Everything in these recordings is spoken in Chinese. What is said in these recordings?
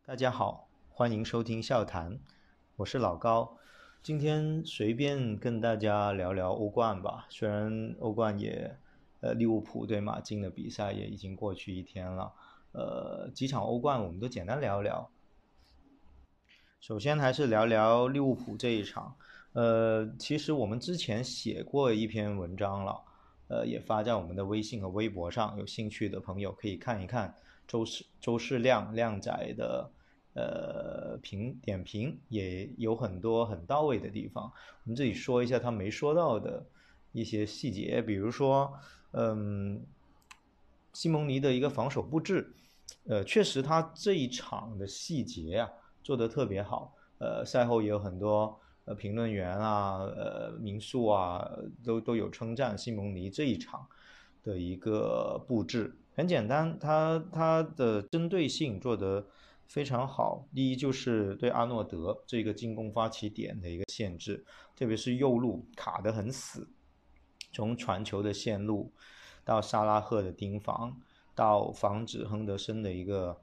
大家好，欢迎收听笑谈，我是老高。今天随便跟大家聊聊欧冠吧。虽然欧冠也，利物浦对马竞的比赛也已经过去一天了，几场欧冠我们都简单聊聊。首先还是聊聊利物浦这一场。其实我们之前写过一篇文章了，也发在我们的微信和微博上，有兴趣的朋友可以看一看。周世亮仔的点评也有很多很到位的地方。我们这里说一下他没说到的一些细节，比如说，西蒙尼的一个防守布置，确实他这一场的细节啊做得特别好。赛后也有很多评论员啊、名宿啊都有称赞西蒙尼这一场的一个布置。很简单，他的针对性做得非常好。第一就是对阿诺德这个进攻发起点的一个限制，特别是右路卡得很死，从传球的线路到沙拉赫的盯防，到防止亨德森的一个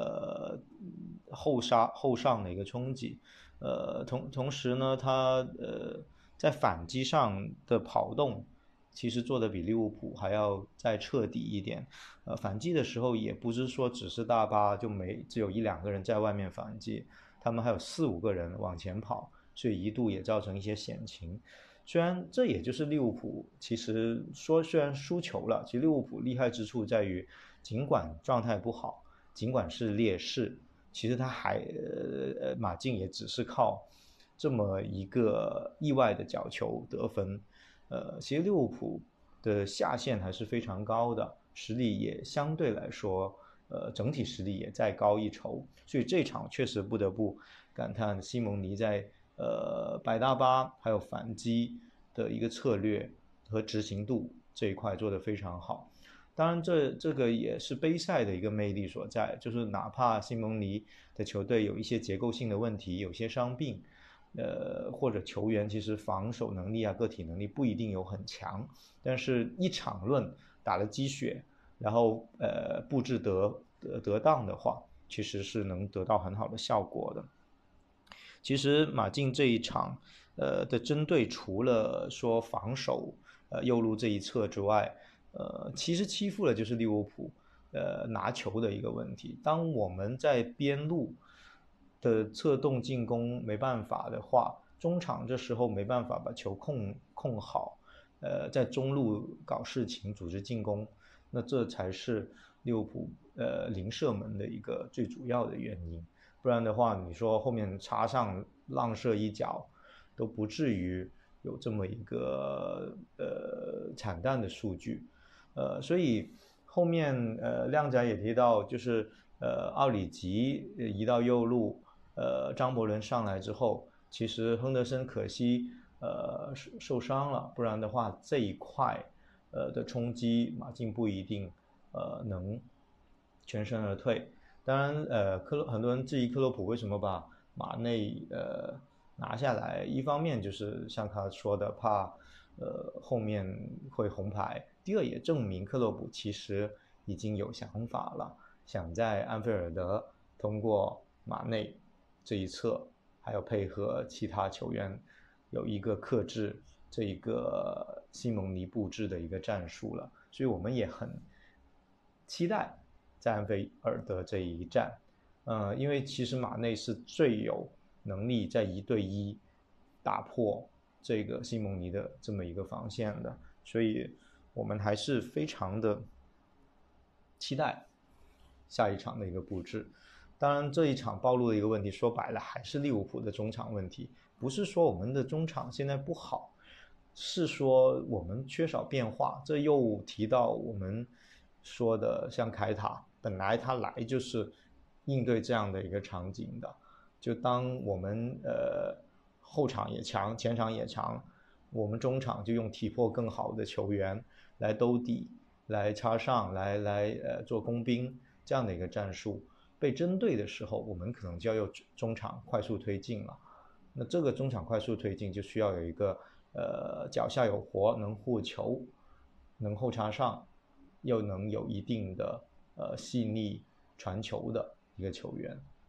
后上的一个冲击。同时呢，他在反击上的跑动其实做的比利物浦还要再彻底一点。反击的时候也不是说只是大巴就只有一两个人在外面反击，他们还有四五个人往前跑，所以一度也造成一些险情。虽然这也就是利物浦，其实说虽然输球了，其实利物浦厉害之处在于，尽管状态不好，尽管是劣势，其实他马竞也只是靠这么一个意外的角球得分。其实利物浦的下限还是非常高的，实力也相对来说，整体实力也再高一筹。所以这场确实不得不感叹西蒙尼在摆大巴还有反击的一个策略和执行度这一块做得非常好。当然这个也是杯赛的一个魅力所在，就是哪怕西蒙尼的球队有一些结构性的问题，有些伤病，或者球员其实防守能力啊、个体能力不一定有很强，但是一场论打了鸡血，然后布置得当的话，其实是能得到很好的效果的。其实马竞这一场的针对，除了说防守右路这一侧之外，其实欺负了就是利物浦拿球的一个问题。当我们在边路的策动进攻没办法的话，中场这时候没办法把球控好，在中路搞事情组织进攻，那这才是利物浦零射门的一个最主要的原因。不然的话，你说后面插上浪射一脚，都不至于有这么一个惨淡的数据。所以后面亮仔也提到，就是奥里吉移到右路，张伯伦上来之后，其实亨德森可惜受伤了，不然的话这一块的冲击马竞不一定能全身而退。当然，很多人质疑克洛普为什么把马内拿下来，一方面就是像他说的，怕后面会红牌；第二也证明克洛普其实已经有想法了，想在安菲尔德通过马内这一侧，还有配合其他球员，有一个克制这一个西蒙尼布置的一个战术了。所以我们也很期待在安菲尔德这一战。因为其实马内是最有能力在一对一打破这个西蒙尼的这么一个防线的，所以我们还是非常的期待下一场的一个布置。当然，这一场暴露的一个问题，说白了还是利物浦的中场问题，不是说我们的中场现在不好，是说我们缺少变化。这又提到我们说的，像凯塔，本来他来就是应对这样的一个场景的。就当我们后场也强，前场也强，我们中场就用体魄更好的球员来兜底，来插上，来做工兵这样的一个战术。被针对的时候，我们可能就要用中场快速推进了。那这个中场快速推进就需要有一个脚下有活，能护球，能后插上，又能有一定的细腻传球的一个球员。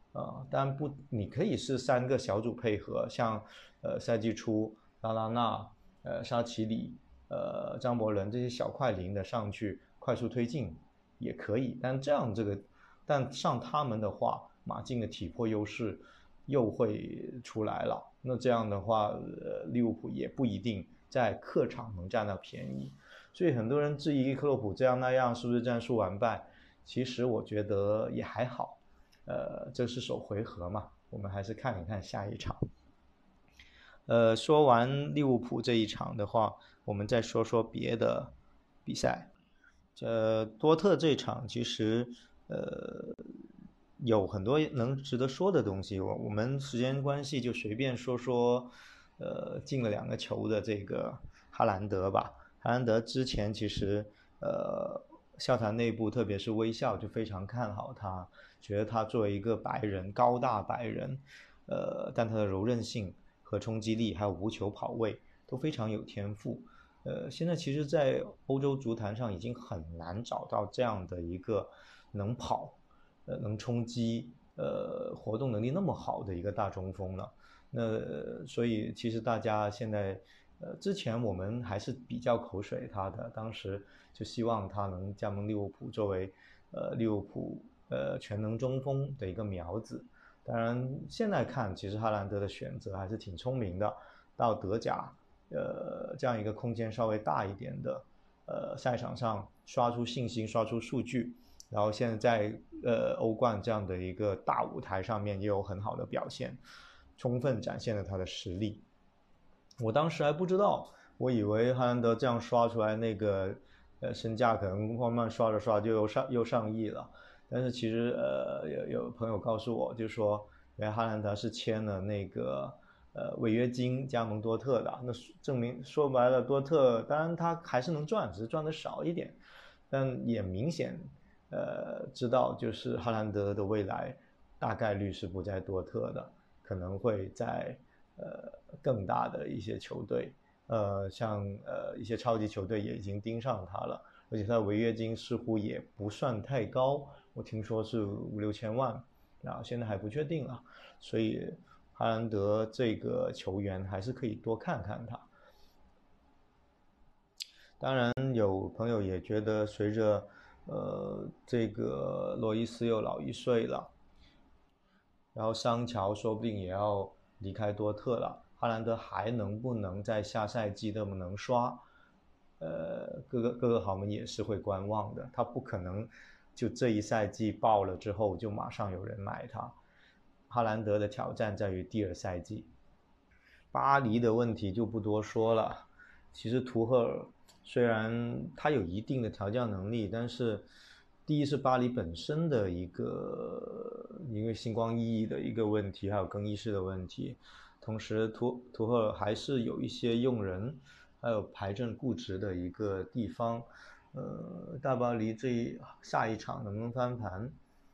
当然不，你可以是3个小组配合，像赛季初拉拉纳、沙奇里、张伯伦这些小快灵的上去快速推进也可以，但上他们的话，马竞的体魄优势又会出来了。那这样的话，利物浦也不一定在客场能占到便宜。所以很多人质疑克洛普这样那样是不是战术完败，其实我觉得也还好。这是首回合嘛，我们还是看一看下一场。说完利物浦这一场的话，我们再说说别的比赛。多特这场其实有很多能值得说的东西，我们时间关系就随便说说，进了2个球的这个哈兰德吧。哈兰德之前其实笑坛内部特别是微笑就非常看好他，觉得他作为一个白人，高大白人，但他的柔韧性和冲击力还有无球跑位都非常有天赋。现在其实在欧洲足坛上已经很难找到这样的一个能跑、能冲击、活动能力那么好的一个大中锋了。那所以其实大家现在之前我们还是比较口水他的，当时就希望他能加盟利物浦，作为利物浦全能中锋的一个苗子。当然现在看，其实哈兰德的选择还是挺聪明的，到德甲这样一个空间稍微大一点的赛场上刷出信心，刷出数据，然后现在在欧冠这样的一个大舞台上面也有很好的表现，充分展现了他的实力。我当时还不知道，我以为哈兰德这样刷出来那个身价可能慢慢刷着刷就又上亿了，但是其实有朋友告诉我，就说原来哈兰德是签了那个违约金加盟多特的，那证明说白了多特当然他还是能赚，只是赚的少一点，但也明显知道就是哈兰德的未来大概率是不在多特的，可能会在更大的一些球队，像一些超级球队也已经盯上他了，而且他的违约金似乎也不算太高，我听说是5-6千万，现在还不确定啊，所以哈兰德这个球员还是可以多看看他。当然有朋友也觉得随着这个罗伊斯又老1岁了，然后桑乔说不定也要离开多特了，哈兰德还能不能在下赛季那么能刷？各个豪门也是会观望的，他不可能就这一赛季爆了之后就马上有人买他。哈兰德的挑战在于第2赛季。巴黎的问题就不多说了，其实图赫尔虽然他有一定的调教能力，但是第一是巴黎本身的一个因为星光熠熠的一个问题，还有更衣室的问题，同时图赫尔还是有一些用人还有排阵固执的一个地方。大巴黎下一场能不能翻盘？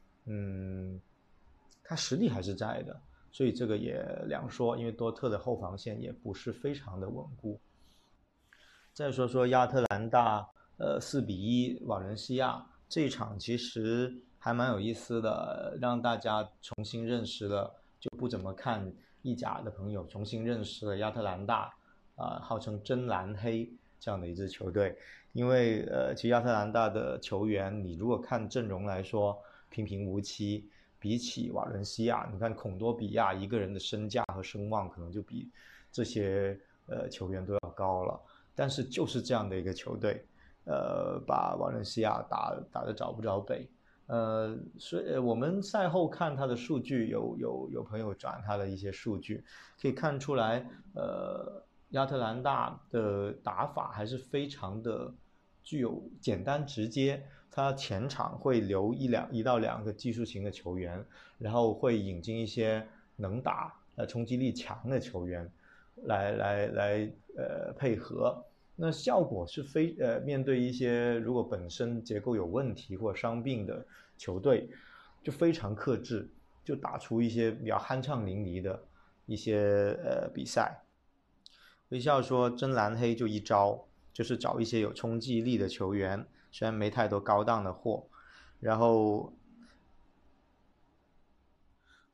他实力还是在的，所以这个也两说，因为多特的后防线也不是非常的稳固。再说说亚特兰大4-1瓦伦西亚这一场，其实还蛮有意思的，让大家重新认识了就不怎么看意甲的朋友重新认识了亚特兰大号称真蓝黑这样的一支球队。因为其实亚特兰大的球员你如果看阵容来说平平无奇，比起瓦伦西亚，你看孔多比亚一个人的身价和声望可能就比这些球员都要高了，但是就是这样的一个球队把瓦伦西亚打得找不着北。所以我们赛后看他的数据，有朋友转他的一些数据，可以看出来亚特兰大的打法还是非常的具有简单直接，他前场会留1到2个技术型的球员，然后会引进一些能打冲击力强的球员来配合，那效果是面对一些如果本身结构有问题或伤病的球队，就非常克制，就打出一些比较酣畅淋漓的一些比赛。微笑说真蓝黑就一招，就是找一些有冲击力的球员，虽然没太多高档的货，然后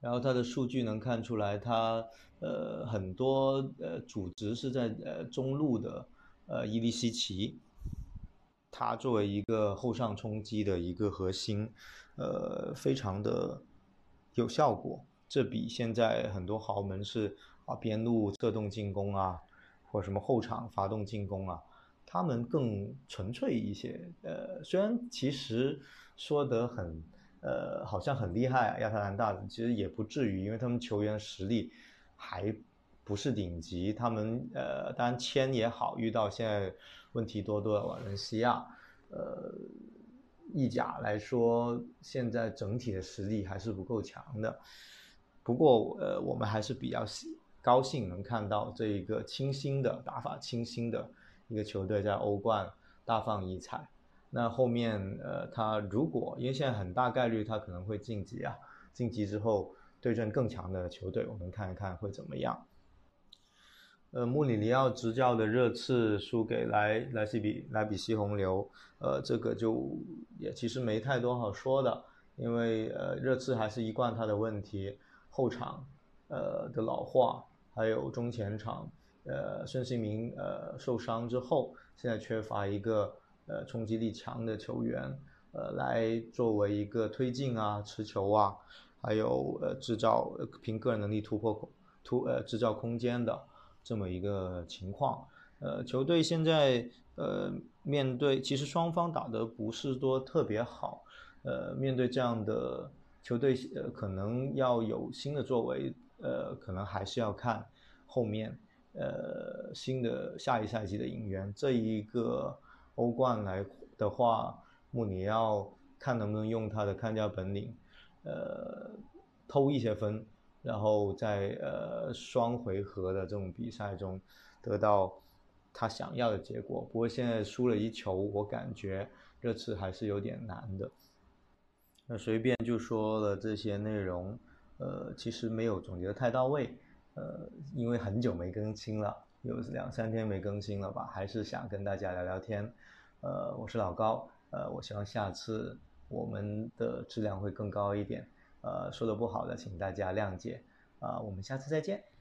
然后它的数据能看出来它，很多主职是在中路的伊利西奇，他作为一个后上冲击的一个核心，非常的有效果。这比现在很多豪门是边路策动进攻啊，或者什么后场发动进攻啊，他们更纯粹一些。虽然其实说得很好像很厉害啊，亚特兰大其实也不至于，因为他们球员实力还不是顶级，他们当然签也好，遇到现在问题多的瓦伦西亚，意甲来说，现在整体的实力还是不够强的。不过我们还是比较高兴能看到这一个清新的打法，清新的一个球队在欧冠大放异彩。那后面他如果因为现在很大概率他可能会晋级啊，晋级之后对阵更强的球队，我们看一看会怎么样。穆里尼奥执教的热刺输给莱比锡红牛，这个就也其实没太多好说的，因为热刺还是一贯他的问题，后场的老化，还有中前场孙兴民受伤之后，现在缺乏一个冲击力强的球员，来作为一个推进啊、持球啊，还有制造凭个人能力制造空间的这么一个情况。球队现在面对其实双方打得不是说特别好，面对这样的球队，可能要有新的作为，可能还是要看后面新的下一赛季的引援。这一个欧冠来的话，穆里要看能不能用他的看家本领，偷一些分，然后在双回合的这种比赛中得到他想要的结果。不过现在输了一球，我感觉热刺还是有点难的。那随便就说了这些内容，其实没有总结的太到位，因为很久没更新了，有2-3天没更新了吧，还是想跟大家聊聊天。我是老高，我希望下次我们的质量会更高一点，说的不好的请大家谅解，我们下次再见。